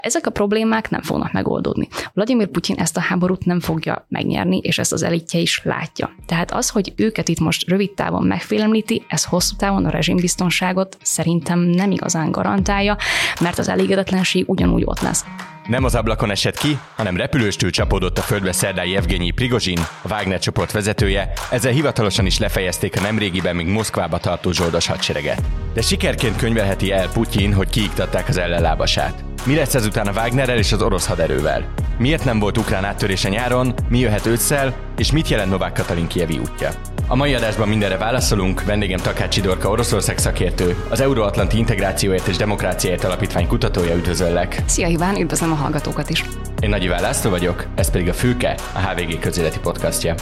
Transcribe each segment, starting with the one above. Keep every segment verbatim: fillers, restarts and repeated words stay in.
Ezek a problémák nem fognak megoldódni. Vladimir Putyin ezt a háborút nem fogja megnyerni, és ezt az elitje is látja. Tehát az, hogy őket itt most rövid távon megfélemlíti, ez hosszú távon a rezsimbiztonságot szerintem nem igazán garantálja, mert az elégedetlenség ugyanúgy ott lesz. Nem az ablakon esett ki, hanem repülőstől csapódott a földbe Szerdai Evgenyi Prigozsin, a Wagner csoport vezetője, ezzel hivatalosan is lefejezték a nemrégiben még Moszkvába tartó zsoldos hadsereget. De sikerként könyvelheti el Putyin, hogy kiiktatták az ellenlábasát. Mi lesz ezután a Wagnerrel és az orosz haderővel? Miért nem volt ukrán áttörés a nyáron, mi jöhet ősszel, és mit jelent Novák Katalin kijevi útja? A mai adásban mindenre válaszolunk, vendégem Takácsi Dorka Oroszország szakértő, az Euróatlanti Integrációért és Demokráciáért Alapítvány kutatója, üdvözöllek. Szia Iván, üdvözlöm a hallgatókat is. Én Nagy Iván László vagyok, ez pedig a Fülke, a há vé gé közéleti podcastja.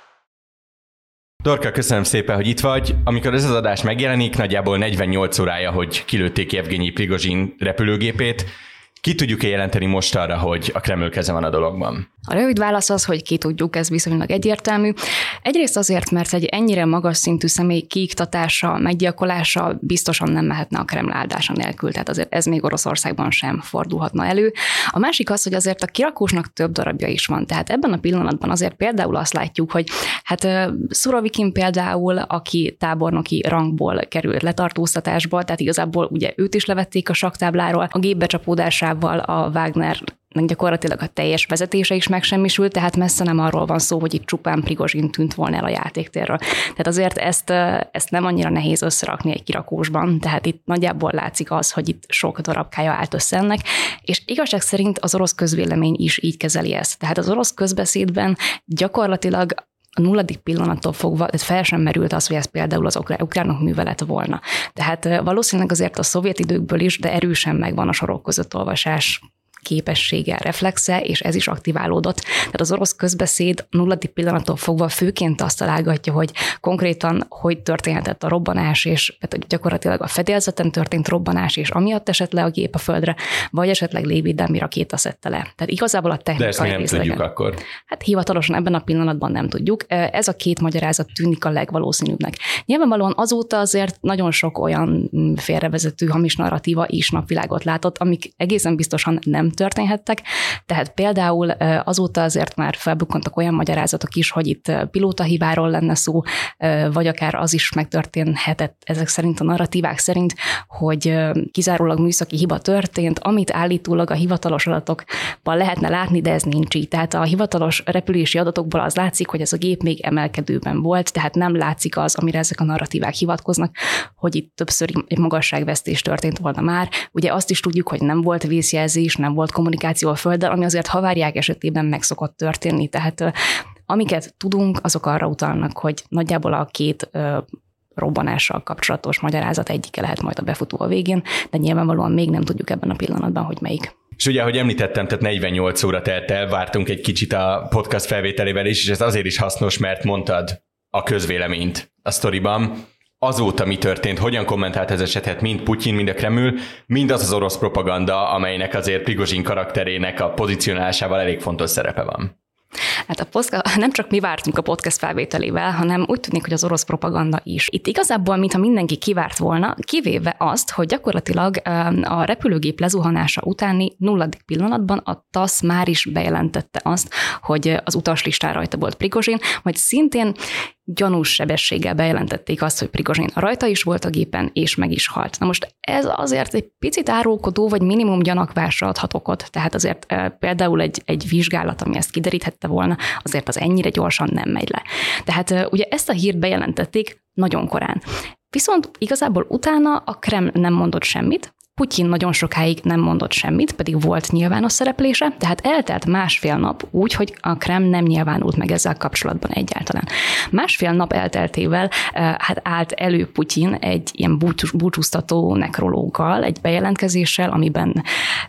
Dorka, köszönöm szépen, hogy itt vagy. Amikor ez az adás megjelenik, nagyjából negyvennyolc órája, hogy kilőtték Evgenyi Prigozsin repülőgépét. Ki tudjuk-e jelenteni most arra, hogy a Kreml keze van a dologban? A rövid válasz az, hogy ki tudjuk, ez viszonylag egyértelmű. Egyrészt azért, mert egy ennyire magas szintű személy kiiktatása, meggyilkolása biztosan nem mehetne a Kreml áldása nélkül, tehát azért ez még Oroszországban sem fordulhatna elő. A másik az, hogy azért a kirakósnak több darabja is van, tehát ebben a pillanatban azért például azt látjuk, hogy hát Szurovikin például, aki tábornoki rangból került letartóztatásba, tehát igazából ugye őt is levették a sakktábláról, a gépbecsapódásával a Wagner gyakorlatilag a teljes vezetése is megsemmisült, tehát messze nem arról van szó, hogy itt csupán Prigozsin tűnt volna el a játéktérről. Tehát azért ezt, ezt nem annyira nehéz összerakni egy kirakósban, tehát itt nagyjából látszik az, hogy itt sok darabkája állt össze ennek, és igazság szerint az orosz közvélemény is így kezeli ezt. Tehát az orosz közbeszédben gyakorlatilag a nulladik pillanattól fogva fel sem merült az, hogy ez például az ukránok művelet volna. Tehát valószínűleg azért a szovjet időkből is, de erősen megvan a sorok között olvasás képessége, reflexe, és ez is aktiválódott. Tehát az orosz közbeszéd nulladik pillanattól fogva főként azt találgatja, hogy konkrétan hogy történhetett a robbanás, és tehát gyakorlatilag a fedélzeten történt robbanás, és amiatt esett le a gép a földre, vagy esetleg légvédelmi rakéta szedte le. Tehát igazából a technikai De ezt mi nem tudjuk akkor. Hát hivatalosan ebben a pillanatban nem tudjuk. Ez a két magyarázat tűnik a legvalószínűbbnek. Nyilvánvalóan azóta azért nagyon sok olyan félrevezető hamis narratíva is napvilágot látott, amik egészen biztosan nem történhettek. Tehát például azóta azért már felbukkantak olyan magyarázatok is, hogy itt pilótahibáról lenne szó, vagy akár az is megtörténhetett ezek szerint a narratívák szerint, hogy kizárólag műszaki hiba történt, amit állítólag a hivatalos adatokban lehetne látni, de ez nincs így. Tehát a hivatalos repülési adatokból az látszik, hogy ez a gép még emelkedőben volt, tehát nem látszik az, amire ezek a narratívák hivatkoznak, hogy itt többször egy magasságvesztés történt volna már. Ugye azt is tudjuk, hogy nem volt vészjelzés, nem volt kommunikáció a földdel, ami azért haváriák esetében meg szokott történni. Tehát amiket tudunk, azok arra utalnak, hogy nagyjából a két robbanással kapcsolatos magyarázat egyike lehet majd a befutó a végén, de nyilvánvalóan még nem tudjuk ebben a pillanatban, hogy melyik. És ugye, ahogy említettem, tehát negyvennyolc óra telt el, vártunk egy kicsit a podcast felvételével is, és ez azért is hasznos, mert mondtad a közvéleményt a sztoriban. Azóta mi történt, hogyan kommentált ez esetet mind Putyin, mind a Kreml, mind az az orosz propaganda, amelynek azért Prigozsin karakterének a pozícionálásával elég fontos szerepe van? Hát a podcast, nem csak mi vártunk a podcast felvételével, hanem úgy tűnik, hogy az orosz propaganda is. Itt igazából, mintha mindenki kivárt volna, kivéve azt, hogy gyakorlatilag a repülőgép lezuhanása utáni nulladik pillanatban a TASZ már is bejelentette azt, hogy az utaslistán rajta volt Prigozsin, majd szintén gyanús sebességgel bejelentették azt, hogy Prigozsin rajta is volt a gépen, és meg is halt. Na most ez azért egy picit árulkodó, vagy minimum gyanakvásra adhat okot. Tehát azért e, például egy, egy vizsgálat, ami ezt kideríthette volna, azért az ennyire gyorsan nem megy le. Tehát e, ugye ezt a hírt bejelentették nagyon korán. Viszont igazából utána a Kreml nem mondott semmit, Putyin nagyon sokáig nem mondott semmit, pedig volt nyilvános szereplése, tehát eltelt másfél nap úgy, hogy a Kreml nem nyilvánult meg ezzel kapcsolatban egyáltalán. Másfél nap elteltével hát állt elő Putyin egy ilyen búcsúztató nekrológgal, egy bejelentkezéssel, amiben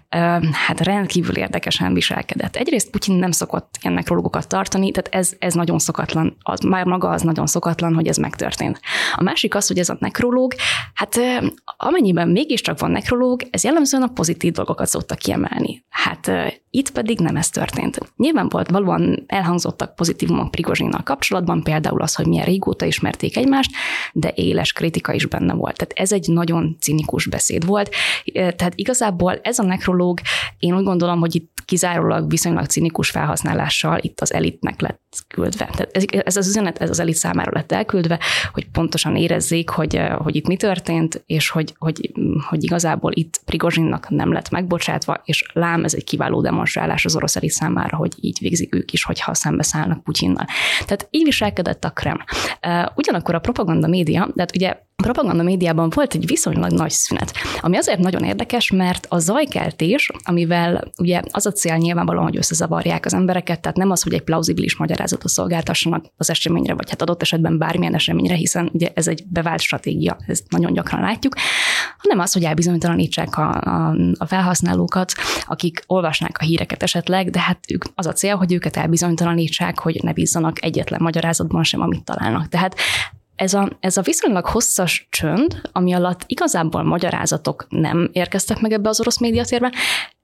hát rendkívül érdekesen viselkedett. Egyrészt Putyin nem szokott ilyen nekrológokat tartani, tehát ez, ez nagyon szokatlan, az, már maga az nagyon szokatlan, hogy ez megtörtént. A másik az, hogy ez a nekrológ, hát amennyiben mégiscsak van nekrológ, nekrológ, ez jellemzően a pozitív dolgokat szokta kiemelni. Hát itt pedig nem ez történt. Nyilván volt valóan elhangzottak pozitívumok Prigozsinnal kapcsolatban, például az, hogy milyen régóta ismerték egymást, de éles kritika is benne volt. Tehát ez egy nagyon cinikus beszéd volt. Tehát igazából ez a nekrológ, én úgy gondolom, hogy itt kizárólag viszonylag cinikus felhasználással itt az elitnek lett küldve. Tehát ez, ez az üzenet ez az elit számára lett elküldve, hogy pontosan érezzék, hogy, hogy itt mi történt, és hogy, hogy, hogy igazából itt Prigozsinnak nem lett megbocsátva, és lám ez egy kiváló demonstrálás az orosz elit számára, hogy így végzik ők is, hogyha szembeszállnak Putyinnal. Tehát így viselkedett a Kreml. Ugyanakkor a propaganda média, de hát ugye a propaganda médiában volt egy viszonylag nagy szünet, ami azért nagyon érdekes, mert a zajkeltés, amivel ugye az a cél nyilvánvalóan, hogy összezavarják az embereket, tehát nem az, hogy egy plauzibilis magyarázatot szolgáltassanak az eseményre, vagy hát adott esetben bármilyen eseményre, hiszen ugye ez egy bevált stratégia, ezt nagyon gyakran látjuk, hanem az, hogy elbizonytalanítsák a, a, a felhasználókat, akik olvasnák a híreket esetleg, de hát ők, az a cél, hogy őket elbizonytalanítsák, hogy ne bízzanak egyetlen magyarázatban sem, amit találnak. Tehát Ez a, ez a viszonylag hosszas csönd, ami alatt igazából magyarázatok nem érkeztek meg ebbe az orosz médiatérbe,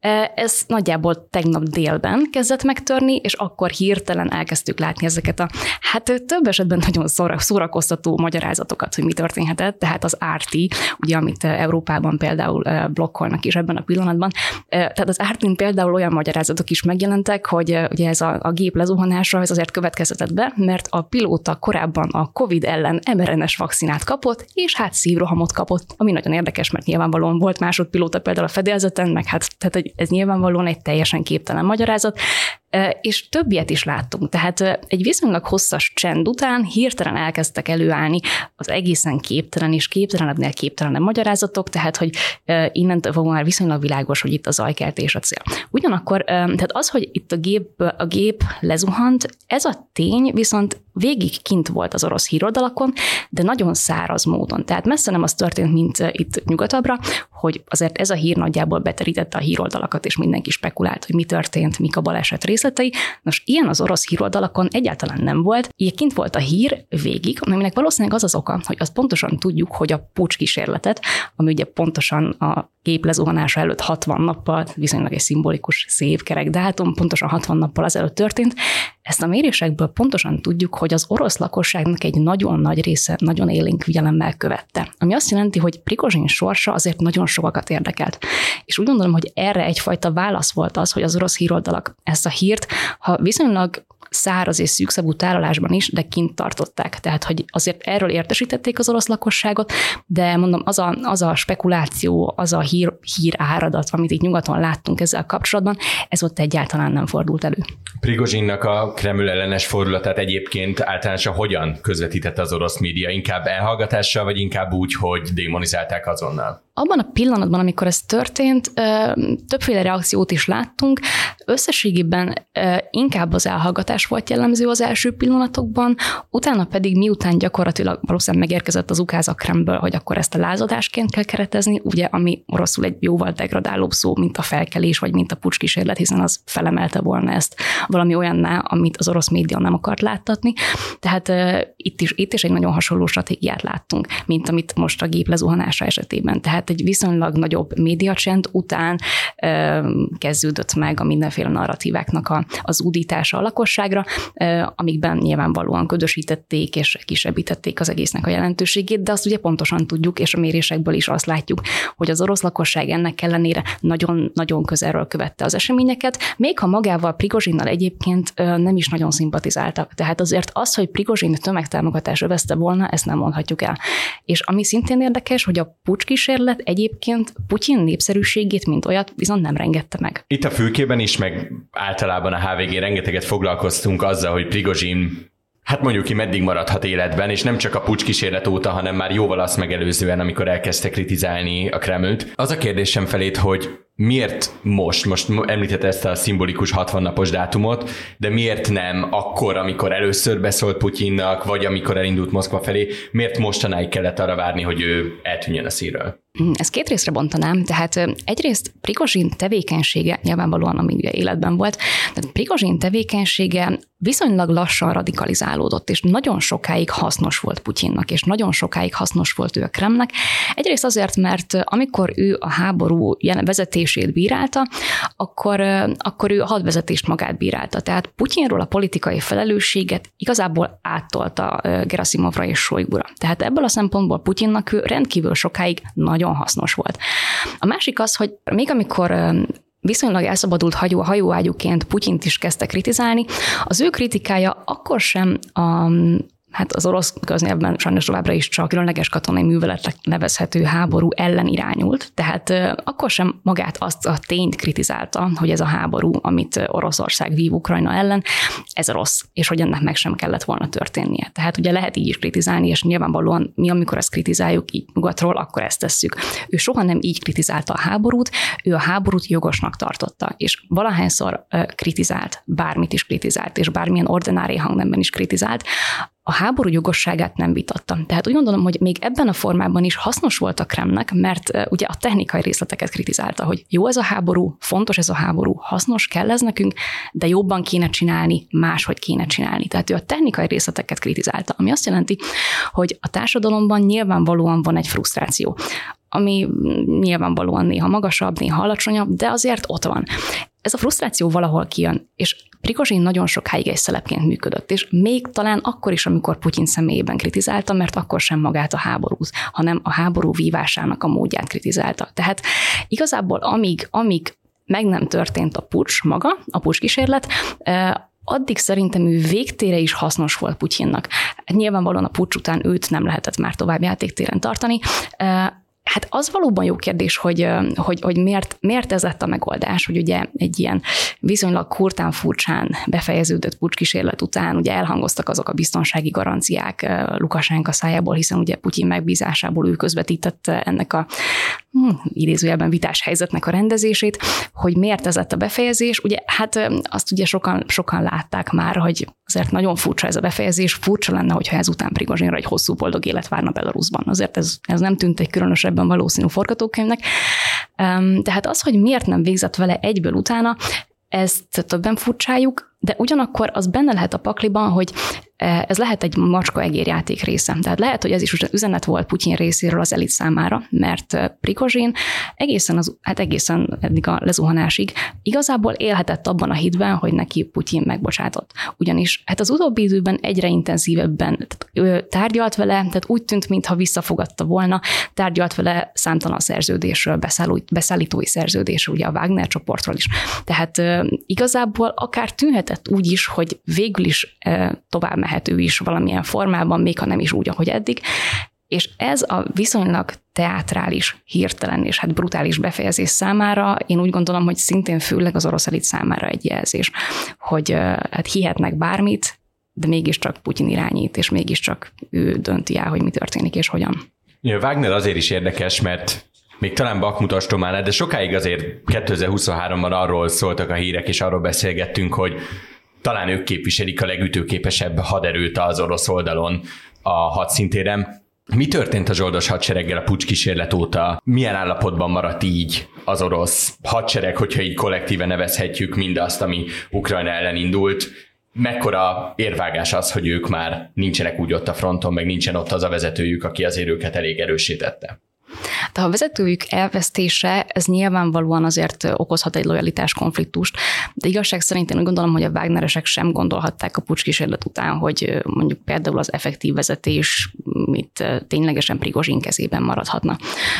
ez nagyjából tegnap délben kezdett megtörni, és akkor hirtelen elkezdtük látni ezeket a, hát több esetben nagyon szórakoztató magyarázatokat, hogy mi történhetett, tehát az er té, ugye, amit Európában például blokkolnak is ebben a pillanatban, tehát az er tén például olyan magyarázatok is megjelentek, hogy ugye ez a, a gép lezuhanása, ez azért következtetett be, mert a pilóta korábban a Covid ellen em er en es vakcinát kapott, és hát szívrohamot kapott, ami nagyon érdekes, mert nyilvánvalóan volt másodpilóta például a fedélzeten, meg hát tehát ez nyilvánvalóan egy teljesen képtelen magyarázat, és több ilyet is láttunk. Tehát egy viszonylag hosszas csend után hirtelen elkezdtek előállni az egészen képtelen és képtelenebbnél képtelenebb magyarázatok, tehát hogy innentől fogva már viszonylag világos, hogy itt a zajkeltés a cél. Ugyanakkor, tehát az, hogy itt a gép, a gép lezuhant, ez a tény viszont végig kint volt az orosz híroldalakon, de nagyon száraz módon. Tehát messze nem az történt, mint itt nyugatabbra, hogy azért ez a hír nagyjából beterítette a híroldalakat, és mindenki spekulált, hogy mi történt, mik a baleset részletei. Nos, ilyen az orosz híroldalakon egyáltalán nem volt. Ilyen kint volt a hír végig, aminek valószínűleg az az oka, hogy azt pontosan tudjuk, hogy a pucskísérletet, ami ugye pontosan a gép lezuhanása előtt hatvan nappal, viszonylag egy szimbolikus szép kerek dátum, pontosan hatvan nappal azelőtt történt. Ezt a mérésekből pontosan tudjuk, hogy az orosz lakosságnak egy nagyon nagy része nagyon élénk figyelemmel követte. Ami azt jelenti, hogy Prigozsin sorsa azért nagyon sokakat érdekelt. És úgy gondolom, hogy erre egyfajta válasz volt az, hogy az orosz híroldalak ezt a hírt, ha viszonylag száraz és szűkszavú tálalásban is, de kint tartották. Tehát, hogy azért erről értesítették az orosz lakosságot, de mondom, az a, az a spekuláció, az a hír, hír áradat, amit itt nyugaton láttunk ezzel kapcsolatban, ez ott egyáltalán nem fordult elő. Prigozsinnak a Kreml ellenes fordulatát egyébként általánosan hogyan közvetítette az orosz média? Inkább elhallgatással, vagy inkább úgy, hogy démonizálták azonnal? Abban a pillanatban, amikor ez történt, többféle reakciót is láttunk. Összességében inkább az elhallgatás volt jellemző az első pillanatokban, utána pedig miután gyakorlatilag valószínűleg megérkezett az ukáz a Kremlből, hogy akkor ezt a lázadásként kell keretezni, ugye, ami oroszul egy jóval degradálóbb szó, mint a felkelés, vagy mint a pucskísérlet, hiszen az felemelte volna ezt valami olyanná, amit az orosz média nem akart láttatni. Tehát uh, itt, is, itt is egy nagyon hasonló stratégiát láttunk, mint amit most a gép lezuhanása esetében. Tehát egy viszonylag nagyobb médiacsend után uh, kezdődött meg a mindenféle narratíváknak a, az údítása a lakosságra, uh, amikben nyilvánvalóan ködösítették és kisebbítették az egésznek a jelentőségét, de azt ugye pontosan tudjuk, és a mérésekből is azt látjuk, hogy az orosz lakosság ennek ellenére nagyon-nagyon közelről követte az eseményeket, még ha magával Prigozsinnal egyébként nem is nagyon szimpatizáltak. Tehát azért az, hogy Prigozsin tömegtámogatás övezte volna, ezt nem mondhatjuk el. És ami szintén érdekes, hogy a pucskísérlet egyébként Putyin népszerűségét, mint olyat, viszont nem rengette meg. Itt a fülkében is, meg általában a há vé gé rengeteget foglalkoztunk azzal, hogy Prigozsin, hát mondjuk ki meddig maradhat életben, és nem csak a pucskísérlet óta, hanem már jóval azt megelőzően, amikor elkezdte kritizálni a Kremlt. Az a kérdésem felét, hogy miért most, most említette ezt a szimbolikus hatvan napos dátumot, de miért nem akkor, amikor először beszólt Putyinnak, vagy amikor elindult Moszkva felé, miért mostanáig kellett arra várni, hogy ő eltűnjön a színről? Ezt két részre bontanám, tehát egyrészt Prigozsin tevékenysége, nyilvánvalóan amíg életben volt, tehát Prigozsin tevékenysége viszonylag lassan radikalizálódott, és nagyon sokáig hasznos volt Putyinnak, és nagyon sokáig hasznos volt ő a Kremlnek. Egyrészt azért, mert amikor ő a háború vezetését bírálta, akkor, akkor ő a hadvezetést magát bírálta. Tehát Putyinról a politikai felelősséget igazából áttolta Gerasimovra és Shoigura. Tehát ebből a szempontból Putyinnak ő rendkívül sokáig nagyon hasznos volt. A másik az, hogy még amikor viszonylag elszabadult hajó, hajóágyúként Putyint is kezdte kritizálni, az ő kritikája akkor sem a hát az orosz köznyelvben sajnos továbbra is csak különleges katonai műveletnek nevezhető háború ellen irányult, tehát akkor sem magát azt a tényt kritizálta, hogy ez a háború, amit Oroszország vív Ukrajna ellen, ez rossz, és hogy ennek meg sem kellett volna történnie. Tehát ugye lehet így is kritizálni, és nyilvánvalóan mi, amikor ezt kritizáljuk így nyugatról, akkor ezt tesszük. Ő soha nem így kritizálta a háborút, ő a háborút jogosnak tartotta, és valahányszor kritizált, bármit is kritizált, és bármilyen ordinári hangnemben is kritizált, a háború jogosságát nem vitatta. Tehát úgy gondolom, hogy még ebben a formában is hasznos volt a Kremlnek, mert uh, ugye a technikai részleteket kritizálta, hogy jó ez a háború, fontos ez a háború, hasznos, kell ez nekünk, de jobban kéne csinálni, máshogy kéne csinálni. Tehát ő a technikai részleteket kritizálta, ami azt jelenti, hogy a társadalomban nyilvánvalóan van egy frusztráció, ami nyilvánvalóan néha magasabb, néha alacsonyabb, de azért ott van. Ez a frusztráció valahol kijön, és Prigozsin nagyon sokáig egy szelepként működött, és még talán akkor is, amikor Putyin személyében kritizálta, mert akkor sem magát a háborút, hanem a háború vívásának a módját kritizálta. Tehát igazából amíg, amíg meg nem történt a puccs maga, a puccs kísérlet, addig szerintem ő végtére is hasznos volt Putyinnak. Nyilvánvalóan a puccs után őt nem lehetett már tovább játéktéren tartani. Hát az valóban jó kérdés, hogy, hogy, hogy miért, miért ez lett a megoldás, hogy ugye egy ilyen viszonylag kurtán furcsán befejeződött puccs-kísérlet után ugye elhangoztak azok a biztonsági garanciák Lukasenka szájából, hiszen ugye Putyin megbízásából ő közvetítette ennek a hm, idézőjelben vitás helyzetnek a rendezését, hogy miért ez lett a befejezés. Ugye hát azt ugye sokan, sokan látták már, hogy azért nagyon furcsa ez a befejezés, furcsa lenne, hogyha ezután Prigozsinra egy hosszú boldog élet várna Belarusban. Azért ez, ez nem tűnt egy különösebben valószínű forgatókönyvnek. Tehát az, hogy miért nem végzett vele egyből utána, ezt többen furcsáljuk, de ugyanakkor az benne lehet a pakliban, hogy ez lehet egy macska-egérjáték része. Tehát lehet, hogy ez is üzenet volt Putyin részéről az elit számára, mert Prigozsin egészen, az, hát egészen eddig a lezuhanásig igazából élhetett abban a hitben, hogy neki Putyin megbocsátott. Ugyanis hát az utóbbi időben egyre intenzívebben tehát, tárgyalt vele, tehát úgy tűnt, mintha visszafogadta volna, tárgyalt vele számtalan szerződésről, beszálló, beszállítói szerződésről, ugye a Wagner csoportról is. Tehát igazából akár tűnhetett úgy is, hogy végül is tovább mehető is valamilyen formában, még ha nem is úgy, ahogy eddig. És ez a viszonylag teátrális, hirtelen és hát brutális befejezés számára, én úgy gondolom, hogy szintén főleg az orosz elit számára egy jelzés, hogy hát hihetnek bármit, de mégiscsak Putyin irányít, és mégiscsak ő dönti el, hogy mi történik és hogyan. Ja, Wagner azért is érdekes, mert még talán Bakhmut ostománál, de sokáig azért kétezer-huszonháromban arról szóltak a hírek, és arról beszélgettünk, hogy talán ők képviselik a legütőképesebb haderőt az orosz oldalon a hadszintéren. Mi történt a zsoldos hadsereggel a puccs kísérlet óta? Milyen állapotban maradt így az orosz hadsereg, hogyha így kollektíve nevezhetjük mindazt, ami Ukrajna ellen indult? Mekkora érvágás az, hogy ők már nincsenek úgy ott a fronton, meg nincsen ott az a vezetőjük, aki azért őket elég erősítette? De a vezetőjük elvesztése, ez nyilvánvalóan azért okozhat egy lojalitás konfliktust, de igazság szerint én úgy gondolom, hogy a Wagneresek sem gondolhatták a puccs kísérlet után, hogy mondjuk például az effektív vezetés itt ténylegesen Prigozsin kezében maradhatna.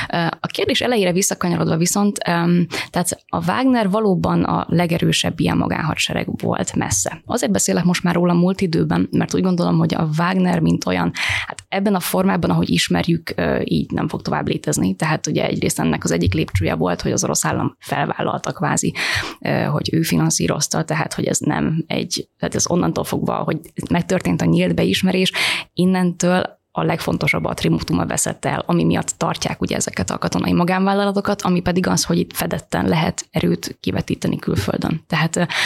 A kérdés elejére visszakanyarodva viszont, tehát a Wagner valóban a legerősebb ilyen magánhadsereg volt messze. Azért beszélek most már róla múlt időben, mert úgy gondolom, hogy a Wagner mint olyan, hát ebben a formában, ahogy ismerjük, így nem fog tovább létezni. Tehát ugye egyrészt ennek az egyik lépcsője volt, hogy az orosz állam felvállalta kvázi, hogy ő finanszírozta, tehát hogy ez nem egy, tehát ez onnantól fogva, hogy megtörtént a nyílt beismerés, innentől a legfontosabb attribútuma veszett el, ami miatt tartják ugye ezeket a katonai magánvállalatokat, ami pedig az, hogy itt fedetten lehet erőt kivetíteni külföldön. Tehát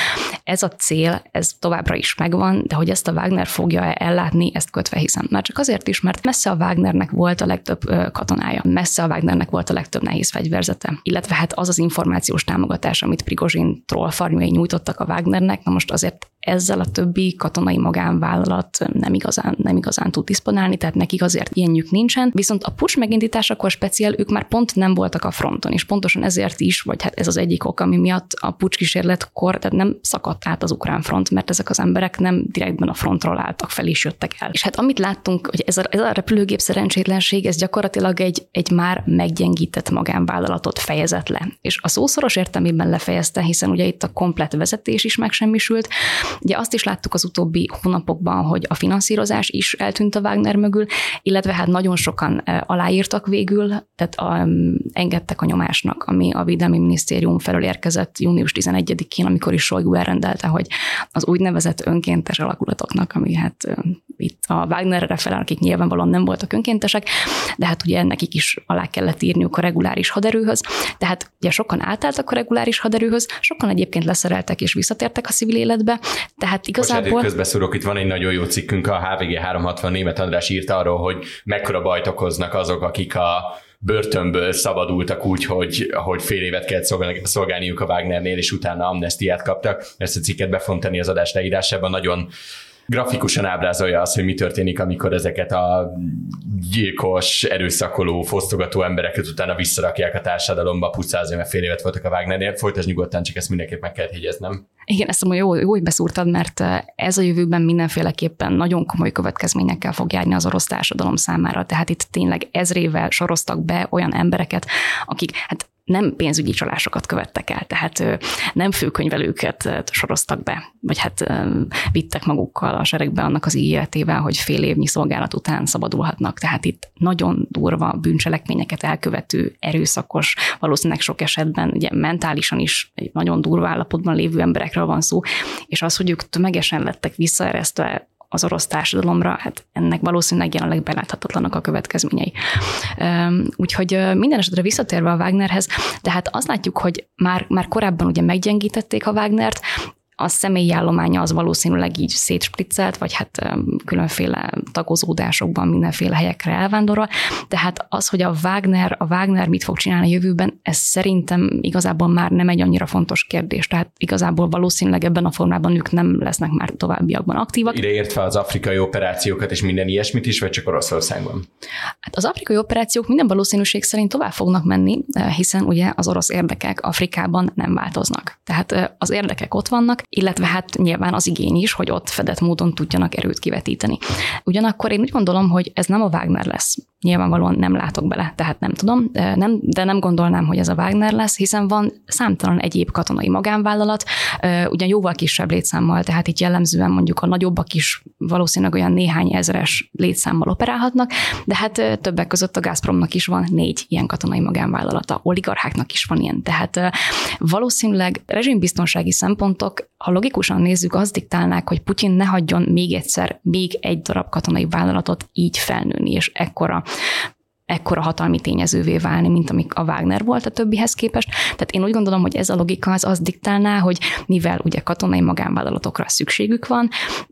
Ez a cél, ez továbbra is megvan, de hogy ezt a Wagner fogja ellátni, ezt kötve hiszem. Már csak azért is, mert messze a Wagnernek volt a legtöbb katonája, messze a Wagnernek volt a legtöbb nehéz fegyverzete, illetve hát az az információs támogatás, amit Prigozsin trollfarmjai nyújtottak a Wagnernek, na most azért ezzel a többi katonai magánvállalat nem igazán, nem igazán tud diszponálni, tehát nekik azért ilyenjük nincsen. Viszont a puccs megindításakor speciál ők már pont nem voltak a fronton, és pontosan ezért is, vagy hát ez az egyik ok, ami miatt a puccs kísérletkor tehát nem szakadt át az ukrán front, mert ezek az emberek nem direktben a frontról álltak fel és jöttek el. És hát amit láttunk, hogy ez a, ez a repülőgép szerencsétlenség, ez gyakorlatilag egy, egy már meggyengített magánvállalatot fejezett le. És a szószoros értelmében lefejezte, hiszen ugye itt a komplett vezetés is megsemmisült. Ugye azt is láttuk az utóbbi hónapokban, hogy a finanszírozás is eltűnt a Wagner mögül, illetve hát nagyon sokan aláírtak végül, tehát a, engedtek a nyomásnak, ami a Védelmi Minisztérium felől érkezett június tizenegyedikén, amikor is Shoigu elrendelte, hogy az úgynevezett önkéntes alakulatoknak, ami hát itt a Wagnerre felel, akik nyilvánvalóan nem voltak önkéntesek, de hát ugye nekik is alá kellett írniuk a reguláris haderőhöz. Tehát ugye sokan átálltak a reguláris haderőhöz, sokan egyébként leszereltek és visszatértek a civil életbe, tehát igazából... Bocsánat, közbeszúrok, itt van egy nagyon jó cikkünk, a há vé gé háromszázhatvan Németh András írt arról, hogy mekkora bajt okoznak azok, akik a börtönből szabadultak úgy, hogy, hogy fél évet kellett szolgálniuk a Wagnernél, és utána amnesztiát kaptak. Ezt a cikket be fogom tenni az adás leírásában, nagyon grafikusan ábrázolja azt, hogy mi történik, amikor ezeket a gyilkos, erőszakoló, fosztogató embereket utána visszarakják a társadalomba, pusztázni, mert fél évet voltak a Wagnernél. Folytasd nyugodtan, csak ezt mindenképp meg kell jegyeznem. Igen, ezt mondom, jó, jó, hogy beszúrtad, mert ez a jövőben mindenféleképpen nagyon komoly következményekkel fog járni az orosz társadalom számára. Tehát itt tényleg ezrével soroztak be olyan embereket, akik hát nem pénzügyi csalásokat követtek el, tehát nem főkönyvelőket soroztak be, vagy hát vittek magukkal a seregbe annak az ígéretével, hogy fél évnyi szolgálat után szabadulhatnak. Tehát itt nagyon durva bűncselekményeket elkövető, erőszakos, valószínűleg sok esetben ugye mentálisan is egy nagyon durva állapotban lévő emberekről van szó, és az, hogy ők tömegesen lettek visszaeresztve az orosz társadalomra, hát ennek valószínűleg jelenleg beláthatatlanak a következményei. Úgyhogy minden esetre visszatérve a Wagnerhez, tehát azt látjuk, hogy már, már korábban ugye meggyengítették a Wagnert, a személyi állománya az valószínűleg így szétspriccelt, vagy hát különféle tagozódásokban mindenféle helyekre elvándorol. Tehát az, hogy a Wagner, a Wagner mit fog csinálni a jövőben, ez szerintem igazából már nem egy annyira fontos kérdés. Tehát igazából valószínűleg ebben a formában ők nem lesznek már továbbiakban aktívak. Ideértve az afrikai operációkat és minden ilyesmit is, vagy csak Oroszországban? Hát az afrikai operációk minden valószínűség szerint tovább fognak menni, hiszen ugye az orosz érdekek Afrikában nem változnak. Tehát az érdekek ott vannak, illetve hát nyilván az igény is, hogy ott fedett módon tudjanak erőt kivetíteni. Ugyanakkor én úgy gondolom, hogy ez nem a Wagner lesz. Nyilvánvalóan nem látok bele, tehát nem tudom, de nem, de nem gondolnám, hogy ez a Wagner lesz, hiszen van számtalan egyéb katonai magánvállalat, ugyan jóval kisebb létszámmal, tehát itt jellemzően mondjuk a nagyobbak is valószínűleg olyan néhány ezeres létszámmal operálhatnak, de hát többek között a Gazpromnak is van négy ilyen katonai magánvállalata, oligarcháknak is van ilyen, tehát valószínűleg rezsimbiztonsági szempontok, ha logikusan nézzük, azt diktálnák, hogy Putyin ne hagyjon még egyszer még egy darab katonai vállalatot így felnőni, és ekkora ekkora hatalmi tényezővé válni, mint amik a Wagner volt a többihez képest. Tehát én úgy gondolom, hogy ez a logika az azt diktálná, hogy mivel ugye katonai magánvállalatokra szükségük van,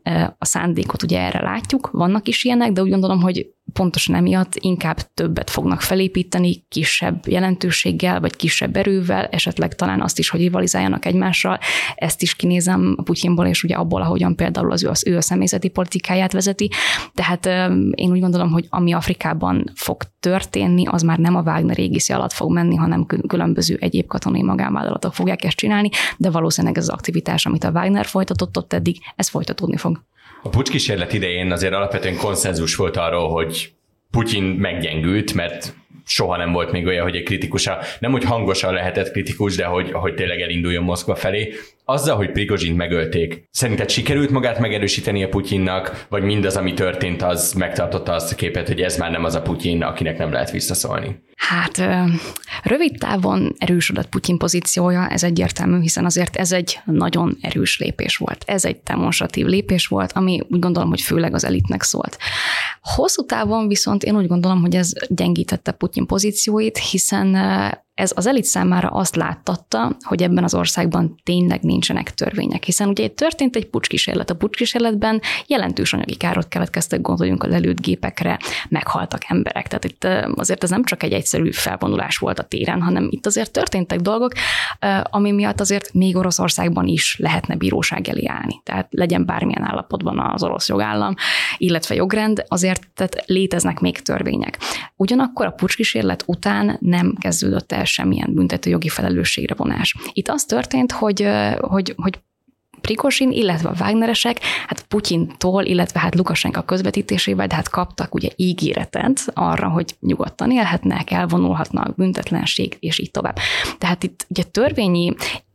a szándékot ugye erre látjuk, vannak is ilyenek, de úgy gondolom, hogy pontosan emiatt inkább többet fognak felépíteni, kisebb jelentőséggel, vagy kisebb erővel, esetleg talán azt is, hogy rivalizáljanak egymással. Ezt is kinézem a Putyinból, és ugye abból, ahogyan például az ő, az ő a személyzeti politikáját vezeti. Tehát én úgy gondolom, hogy ami Afrikában fog történni, az már nem a Wagner égiszi alatt fog menni, hanem különböző egyéb katonai magánvállalatok fogják ezt csinálni, de valószínűleg ez az aktivitás, amit a Wagner folytatott ott eddig, ez folytatódni fog. A puccs kísérlet idején azért alapvetően konszenzus volt arról, hogy Putyin meggyengült, mert soha nem volt még olyan, hogy egy kritikusa, nem hogy hangosan lehetett kritikus, de hogy, hogy tényleg elinduljon Moszkva felé. Azzal, hogy Prigozsint megölték, szerinted sikerült magát megerősíteni a Putyinnak, vagy mindaz, ami történt, az megtartotta azt a képet, hogy ez már nem az a Putyin, akinek nem lehet visszaszólni? Hát rövid távon erősödött Putyin pozíciója, ez egyértelmű, hiszen azért ez egy nagyon erős lépés volt. Ez egy demonstratív lépés volt, ami úgy gondolom, hogy főleg az elitnek szólt. Hosszú távon viszont én úgy gondolom, hogy ez gyengítette Putyin pozícióit, hiszen ez az elit számára azt láttatta, hogy ebben az országban tényleg nincsenek törvények, hiszen ugye történt egy pucskísérlet. A pucskísérletben jelentős anyagi károt keletkeztek, gondoljunk a lelőtt gépekre, meghaltak emberek. Tehát itt azért ez nem csak egy egyszerű felvonulás volt a téren, hanem itt azért történtek dolgok, ami miatt azért még Oroszországban is lehetne bíróság elé állni. Tehát legyen bármilyen állapotban az orosz jogállam, illetve jogrend, azért tehát léteznek még törvények. Ugyanakkor a pucskísérlet után nem kezdődött el semmilyen büntetőjogi felelősségre vonás. Itt az történt, hogy, hogy, hogy Prigozsin, illetve a Wagneresek, hát Putyintól, illetve hát Lukasenka közvetítésével, de hát kaptak ugye ígéretet arra, hogy nyugodtan élhetnek, elvonulhatnak, büntetlenség, és így tovább. Tehát itt ugye törvényi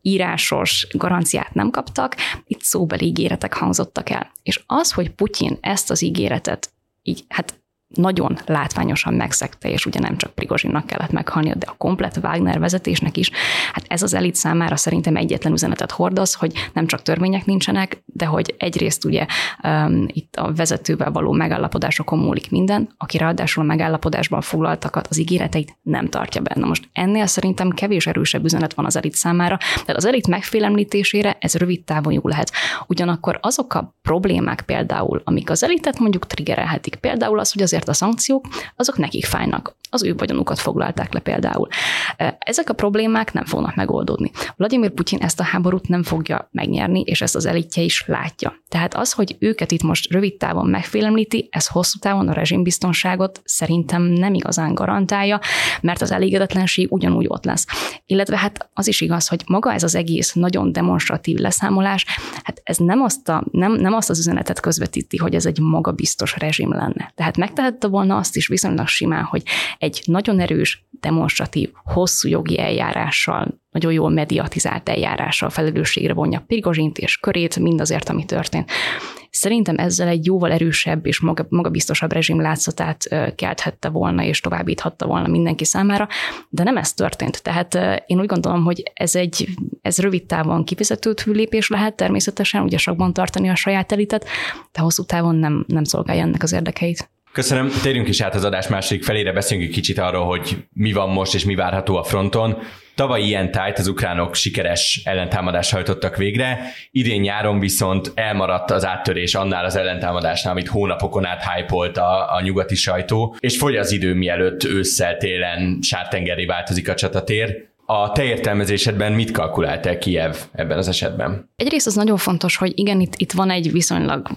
írásos garanciát nem kaptak, itt szóbeli ígéretek hangzottak el. És az, hogy Putyin ezt az ígéretet így, hát nagyon látványosan megszegte, és ugye nem csak Prigozsinnak kellett meghalnia, de a komplett Wagner vezetésnek is. Hát ez az elit számára szerintem egyetlen üzenetet hordoz, hogy nem csak törvények nincsenek, de hogy egyrészt ugye um, itt a vezetővel való megállapodásokon múlik minden, aki ráadásul a megállapodásban foglaltakat, az ígéreteit nem tartja benne. Most ennél szerintem kevés erősebb üzenet van az elit számára, de az elit megfélemlítésére ez rövid távon jó lehet. Ugyanakkor azok a problémák például, amik az elitet mondjuk triggerelhetik, például az, hogy azért a szankciók, azok nekik fájnak. Az ő vagyonukat foglalták le például. Ezek a problémák nem fognak megoldódni. Vladimir Putyin ezt a háborút nem fogja megnyerni, és ezt az elitje is látja. Tehát az, hogy őket itt most rövid távon megfélemlíti, ez hosszú távon a rezsimbiztonságot szerintem nem igazán garantálja, mert az elégedetlenség ugyanúgy ott lesz. Illetve hát az is igaz, hogy maga ez az egész nagyon demonstratív leszámolás, hát ez nem azt, a, nem, nem azt az üzenetet közvetíti, hogy ez egy magabiztos rezsim lenne. Tehát megtehette volna azt is viszonylag simán, hogy egy nagyon erős, demonstratív, hosszú jogi eljárással, nagyon jól mediatizált eljárással felelősségre vonja Prigozsint és körét, mindazért, ami történt. Szerintem ezzel egy jóval erősebb és magabiztosabb rezsim látszatát kelthette volna, és továbbíthatta volna mindenki számára, de nem ez történt. Tehát én úgy gondolom, hogy ez egy ez rövid távon kifizetődő lépés lehet természetesen, ugye sakban tartani a saját elitet, de hosszú távon nem, nem szolgálja ennek az érdekeit. Köszönöm, térjünk is át az adás második felére, beszéljünk egy kicsit arról, hogy mi van most és mi várható a fronton. Tavaly ilyen tájt az ukránok sikeres ellentámadást hajtottak végre, idén nyáron viszont elmaradt az áttörés annál az ellentámadásnál, amit hónapokon át hype-olt a, a nyugati sajtó, és fogy az idő, mielőtt ősszel, télen sártengerré változik a csatatér. A te értelmezésedben mit kalkulált el Kijev ebben az esetben? Egyrészt az nagyon fontos, hogy igen, itt, itt van egy viszonylag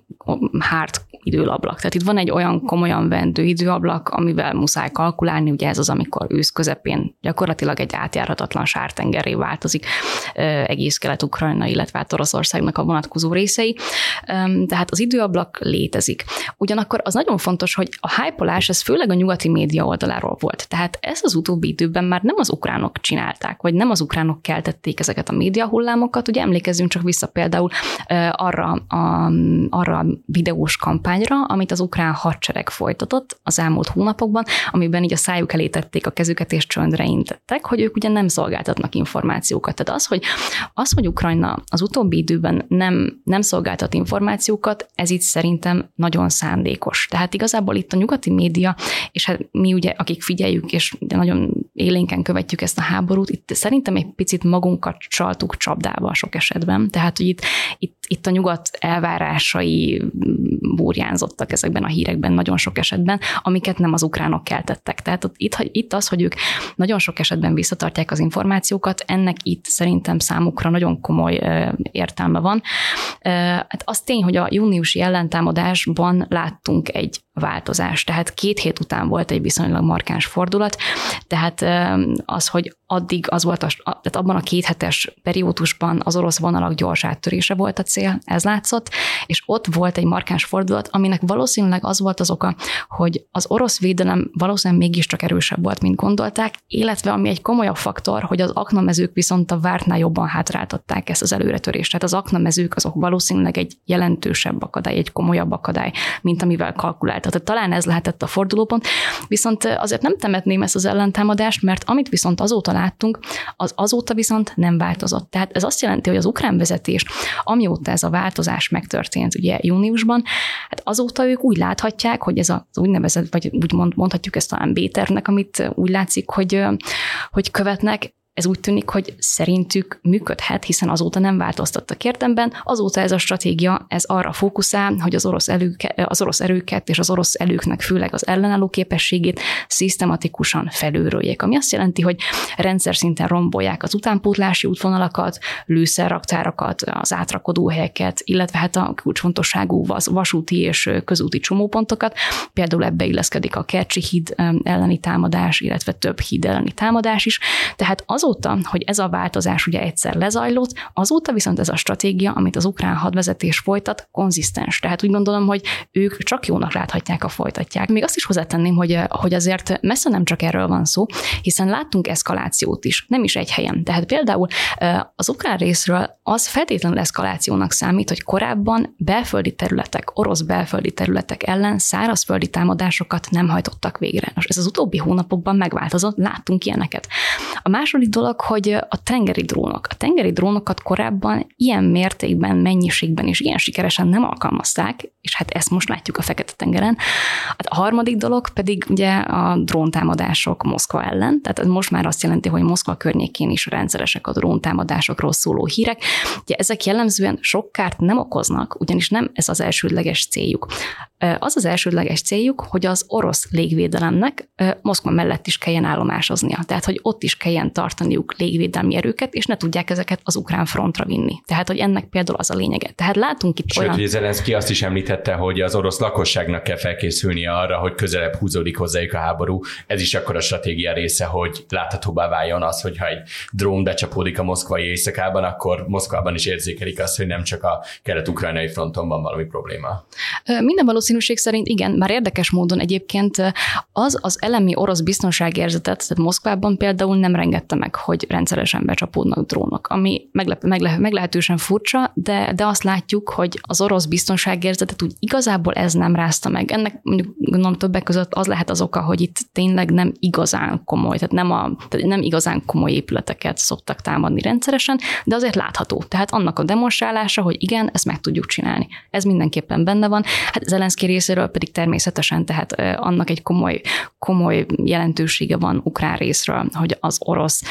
hard időablak. Tehát itt van egy olyan komolyan vendő időablak, amivel muszáj kalkulálni, ugye ez az, amikor ősz közepén gyakorlatilag egy átjárhatatlan sártengerré változik egész Kelet-Ukrajna, illetve hát Oroszországnak a vonatkozó részei. Tehát az időablak létezik. Ugyanakkor az nagyon fontos, hogy a hype-olás ez főleg a nyugati média oldaláról volt. Tehát ez az utóbbi időben már nem az ukránok csinálták, vagy nem az ukránok keltették ezeket a média hullámokat. Ugye emlékezzünk csak vissza például arra a, arra a videós kampányra, amit az ukrán hadsereg folytatott az elmúlt hónapokban, amiben így a szájuk elé tették a kezüket és csöndre intettek, hogy ők ugye nem szolgáltatnak információkat. Tehát az, hogy, az, hogy Ukrajna az utóbbi időben nem, nem szolgáltat információkat, ez itt szerintem nagyon szándékos. Tehát igazából itt a nyugati média, és hát mi ugye, akik figyeljük, és nagyon élénken követjük ezt a háborút, itt szerintem egy picit magunkat csaltuk csapdába sok esetben. Tehát, hogy itt, itt, itt a nyugat elvárásai burjánzottak ezekben a hírekben nagyon sok esetben, amiket nem az ukránok keltettek. Tehát itt, itt az, hogy ők nagyon sok esetben visszatartják az információkat, ennek itt szerintem számukra nagyon komoly értelme van. Hát az tény, hogy a júniusi ellentámadásban láttunk egy változás. Tehát két hét után volt egy viszonylag markáns fordulat, tehát az, hogy addig az volt, a, tehát abban a kéthetes periódusban az orosz vonalak gyors áttörése volt a cél, ez látszott, és ott volt egy markáns fordulat, aminek valószínűleg az volt az oka, hogy az orosz védelem valószínűleg mégiscsak erősebb volt, mint gondolták, illetve ami egy komolyabb faktor, hogy az aknamezők viszont a vártnál jobban hátráltatták ezt az előretörést. Tehát az aknamezők azok valószínűleg egy jelentősebb akadály, egy komolyabb akadály, mint amivel kalkulált. Tehát talán ez lehetett a fordulópont, viszont azért nem temetném ezt az ellentámadást, mert amit viszont azóta láttunk, az azóta viszont nem változott. Tehát ez azt jelenti, hogy az ukrán vezetés, amióta ez a változás megtörtént ugye júniusban, hát azóta ők úgy láthatják, hogy ez az úgynevezett, vagy úgy mond, mondhatjuk ezt talán B-tervnek, amit úgy látszik, hogy, hogy követnek, ez úgy tűnik, hogy szerintük működhet, hiszen azóta nem változtattak érdemben, azóta ez a stratégia, ez arra fókuszál, hogy az orosz, előke, az orosz erőket és az orosz erőknek főleg az ellenálló képességét szisztematikusan felülröljék, ami azt jelenti, hogy rendszer szinten rombolják az utánpótlási útvonalakat, lőszerraktárakat, az átrakodóhelyeket, illetve hát a kulcsfontosságú vasúti és közúti csomópontokat. Például ebbe illeszkedik a Kercsi híd elleni támadás, illetve több híd elleni támadás is. Tehát az Azóta, hogy ez a változás ugye egyszer lezajlott, azóta viszont ez a stratégia, amit az ukrán hadvezetés folytat, konzisztens. Tehát úgy gondolom, hogy ők csak jónak láthatják, a folytatják. Még azt is hozzátenném, hogy, hogy azért messze nem csak erről van szó, hiszen láttunk eszkalációt is, nem is egy helyen. Tehát például az ukrán részről az feltétlenül eszkalációnak számít, hogy korábban belföldi területek, orosz belföldi területek ellen szárazföldi támadásokat nem hajtottak végre. Most ez az utóbbi hónapokban megváltozott, láttunk ilyeneket. A második dolog, hogy a tengeri drónok. A tengeri drónokat korábban ilyen mértékben, mennyiségben és ilyen sikeresen nem alkalmazták, és hát ezt most látjuk a Fekete-tengeren. Hát a harmadik dolog pedig ugye a dróntámadások Moszkva ellen, tehát ez most már azt jelenti, hogy Moszkva környékén is rendszeresek a dróntámadásokról szóló hírek. Ugye ezek jellemzően sok kárt nem okoznak, ugyanis nem ez az elsődleges céljuk. Az az elsődleges céljuk, hogy az orosz légvédelemnek Moszkva mellett is kelljen állomásoznia. Tehát, hogy ott is kelljen tartaniuk légvédelmi erőket, és ne tudják ezeket az ukrán frontra vinni. Tehát, hogy ennek például az a lényege. Tehát látunk itt Sőt, olyan... Sőt, Zelenszky azt is említette, hogy az orosz lakosságnak kell felkészülnie arra, hogy közelebb húzódik hozzájuk a háború. Ez is akkor a stratégia része, hogy láthatóbbá váljon az, hogyha egy drón becsapódik a moszkvai éjszakában, akkor Moszkvában is érzékelik azt, hogy nem csak a kelet-ukrajnai fronton van valami probléma. Minden valószínűség szerint igen, bár érdekes módon egyébként az az elemi orosz biztonságérzetet, tehát Moszkvában például nem rengette meg, hogy rendszeresen becsapódnak drónok, ami meglep, megle, meglehetősen furcsa, de, de azt látjuk, hogy az orosz biztonságérzetet úgy igazából ez nem rázta meg. Ennek mondjuk gondolom többek között az lehet az oka, hogy itt tényleg nem igazán komoly, tehát nem, a, tehát nem igazán komoly épületeket szoktak támadni rendszeresen, de azért látható. Tehát annak a demonstrálása, hogy igen, ezt meg tudjuk csinálni. Ez mindenképpen benne van. Hát Zelenszky részéről pedig természetesen, tehát annak egy komoly, komoly jelentősége van ukrán részről, hogy az orosz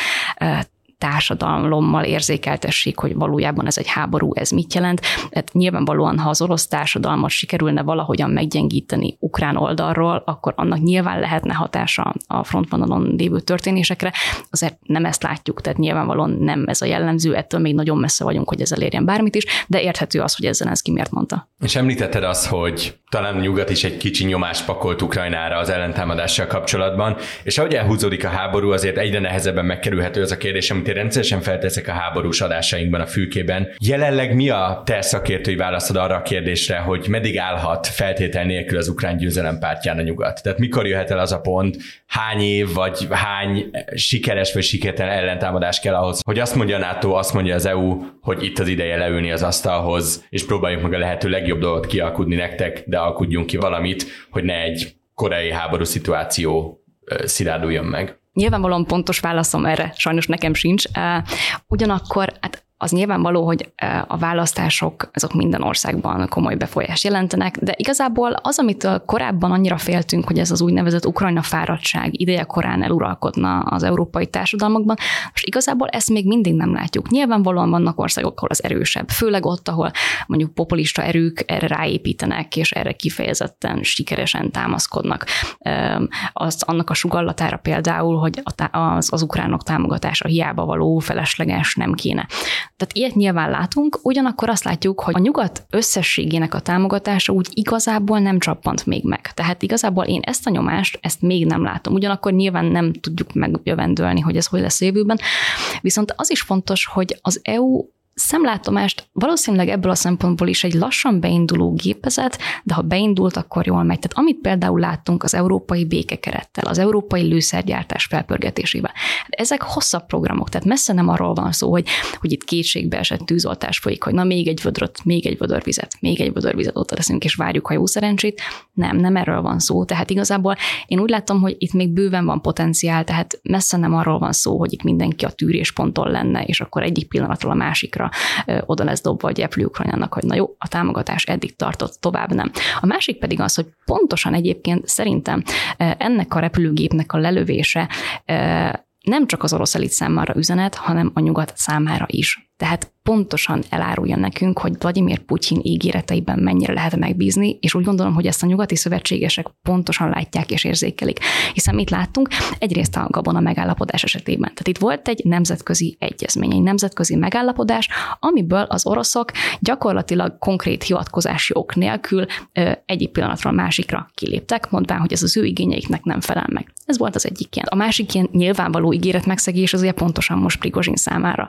társadalommal érzékeltessék, hogy valójában ez egy háború, ez mit jelent. Hát nyilvánvalóan, ha az orosz társadalmat sikerülne valahogyan meggyengíteni ukrán oldalról, akkor annak nyilván lehetne hatása a frontvonalon lévő történésekre. Azért nem ezt látjuk, tehát nyilvánvalóan nem ez a jellemző, ettől még nagyon messze vagyunk, hogy ez elérjen bármit is, de érthető az, hogy ez Zelenszky miért mondta. És említetted azt, hogy talán a nyugat is egy kicsi nyomást pakolt Ukrajnára az ellentámadással kapcsolatban, és ahogy elhúzódik a háború, azért egyre nehezebben megkerülhető az a kérdés, amit én rendszeresen felteszek a háborús adásainkban, a fülkében. Jelenleg mi a te szakértői válaszod arra a kérdésre, hogy meddig állhat feltétel nélkül az ukrán győzelem pártján a nyugat? Tehát mikor jöhet el az a pont, hány év, vagy hány sikeres vagy sikertelen ellentámadás kell ahhoz, hogy azt mondja a NATO, azt mondja az é u, hogy itt az ideje leülni az asztalhoz, és próbáljuk meg a lehető legjobb dolgot kialkudni nektek, de alkudjunk ki valamit, hogy ne egy koreai háború szituáció szilárduljon meg. Nyilvánvalóan pontos válaszom erre sajnos nekem sincs. Ugyanakkor hát az nyilvánvaló, hogy a választások azok minden országban komoly befolyást jelentenek, de igazából az, amit korábban annyira féltünk, hogy ez az úgynevezett Ukrajna fáradtság ideje korán eluralkodna az európai társadalmakban, most igazából ezt még mindig nem látjuk. Nyilvánvalóan vannak országok, ahol az erősebb, főleg ott, ahol mondjuk populista erők erre ráépítenek, és erre kifejezetten sikeresen támaszkodnak. Az, annak a sugallatára például, hogy az, az ukránok támogatása hiába való, felesleges, nem kéne. Tehát ilyet nyilván látunk, ugyanakkor azt látjuk, hogy a nyugat összességének a támogatása úgy igazából nem csappant még meg. Tehát igazából én ezt a nyomást, ezt még nem látom. Ugyanakkor nyilván nem tudjuk megjövendölni, hogy ez hogy lesz a jövőben. Viszont az is fontos, hogy az é u szemlátomást valószínűleg ebből a szempontból is egy lassan beinduló gépezet, de ha beindult, akkor jól megy. Tehát amit például láttunk az európai békekerettel, az európai lőszergyártás felpörgetésével, ezek hosszabb programok, tehát messze nem arról van szó, hogy, hogy itt kétségbe esett tűzoltás folyik, hogy na még egy vödröt, még egy vödör vizet, még egy vödör vizet ott teszünk, és várjuk a jó szerencsét. Nem, nem erről van szó. Tehát igazából én úgy látom, hogy itt még bőven van potenciál, tehát messze nem arról van szó, hogy itt mindenki a tűrésponton lenne, és akkor egyik pillanatról a másikra oda lesz dobva a gyeplő Ukrajnának, hogy na jó, a támogatás eddig tartott, tovább nem. A másik pedig az, hogy pontosan egyébként szerintem ennek a repülőgépnek a lelövése nem csak az orosz elit számára üzenet, hanem a nyugat számára is. Tehát pontosan elárulja nekünk, hogy Vladimir Putyin ígéreteiben mennyire lehet megbízni, és úgy gondolom, hogy ezt a nyugati szövetségesek pontosan látják és érzékelik. Hiszen mit láttunk? Egyrészt a gabona megállapodás esetében. Tehát itt volt egy nemzetközi egyezmény, egy nemzetközi megállapodás, amiből az oroszok gyakorlatilag konkrét hivatkozási ok nélkül egyik pillanatról másikra kiléptek, mondván, hogy ez az ő igényeiknek nem felel meg. Ez volt az egyik ilyen. A másik ilyen nyilvánvaló ígéret megszegés az ugye pontosan most Prigozsin számára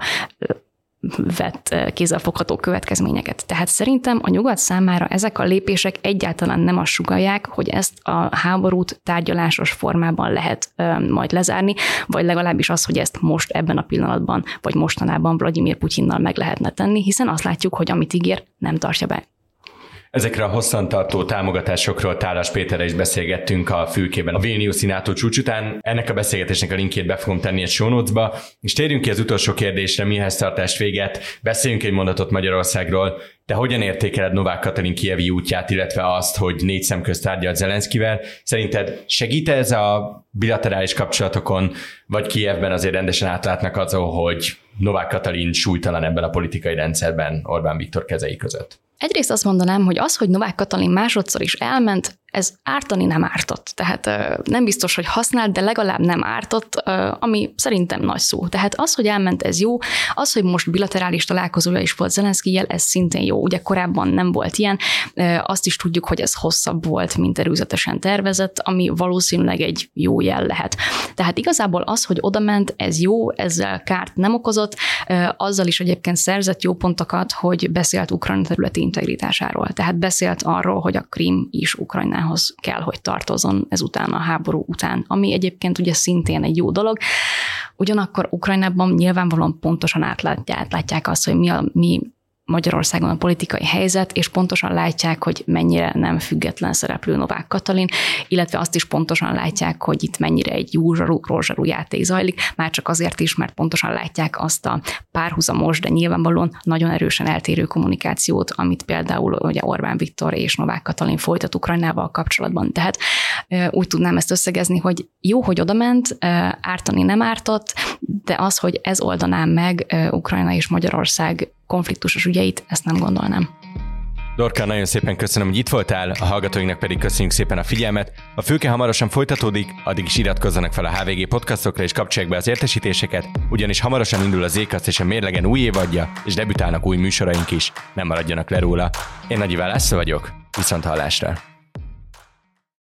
vett kézzelfogható következményeket. Tehát szerintem a nyugat számára ezek a lépések egyáltalán nem azt sugallják, hogy ezt a háborút tárgyalásos formában lehet majd lezárni, vagy legalábbis az, hogy ezt most ebben a pillanatban, vagy mostanában Vladimir Putyinnal meg lehetne tenni, hiszen azt látjuk, hogy amit ígér, nem tartja be. Ezekre a hosszantartó támogatásokról Tálas Péterrel is beszélgettünk a Fülkében a Vilniuszi NATO csúcs után. Ennek a beszélgetésnek a linkjét be fogom tenni egy show notes-ba, és térjünk ki az utolsó kérdésre, mihez tartást véget. Beszéljünk egy mondatot Magyarországról. Te hogyan értékeled Novák Katalin kijevi útját, illetve azt, hogy négy szem közt tárgyalt Zelenszkivel? Szerinted segít ez a bilaterális kapcsolatokon, vagy Kijevben azért rendesen átlátnak azon, hogy Novák Katalin súlytalan ebben a politikai rendszerben Orbán Viktor kezei között? Egyrészt azt mondanám, hogy az, hogy Novák Katalin másodszor is elment, ez ártani nem ártott. Tehát nem biztos, hogy használt, de legalább nem ártott, ami szerintem nagy szó. Tehát az, hogy elment, ez jó. Az, hogy most bilaterális találkozója is volt Zelenszkijjel, ez szintén jó. Ugye korábban nem volt ilyen. Azt is tudjuk, hogy ez hosszabb volt, mint előzetesen tervezett, ami valószínűleg egy jó jel lehet. Tehát igazából az, hogy odament, ez jó, ezzel kárt nem okozott. Azzal is egyébként szerzett jó pontokat, hogy beszélt Ukrajna területi integritásáról. Tehát beszélt arról, hogy a Krím is Ukrajna hoz kell, hogy tartozzon ezután a háború után, ami egyébként ugye szintén egy jó dolog. Ugyanakkor Ukrajnában nyilvánvalóan pontosan átlátják, átlátják azt, hogy mi, a, mi Magyarországon a politikai helyzet, és pontosan látják, hogy mennyire nem független szereplő Novák Katalin, illetve azt is pontosan látják, hogy itt mennyire egy jó rózsarú játék zajlik, már csak azért is, mert pontosan látják azt a párhuzamos, de nyilvánvalóan nagyon erősen eltérő kommunikációt, amit például ugye Orbán Viktor és Novák Katalin folytat Ukrajnával kapcsolatban. Tehát úgy tudnám ezt összegezni, hogy jó, hogy odament, ártani nem ártott, de az, hogy ez oldaná meg Ukrajna és Magyarország konfliktusos ügyeit, ezt nem gondolnám. Dorka, nagyon szépen köszönöm, hogy itt voltál, a hallgatóinknak pedig köszönjük szépen a figyelmet. A Fülke hamarosan folytatódik, addig is iratkozzanak fel a há vé gé podcastokra és kapcsolják be az értesítéseket, ugyanis hamarosan indul az Zcast és a Mérlegen új évadja, és debütálnak új műsoraink is, nem maradjanak le róla. Én Nagy Iván László vagyok, viszont hallásra!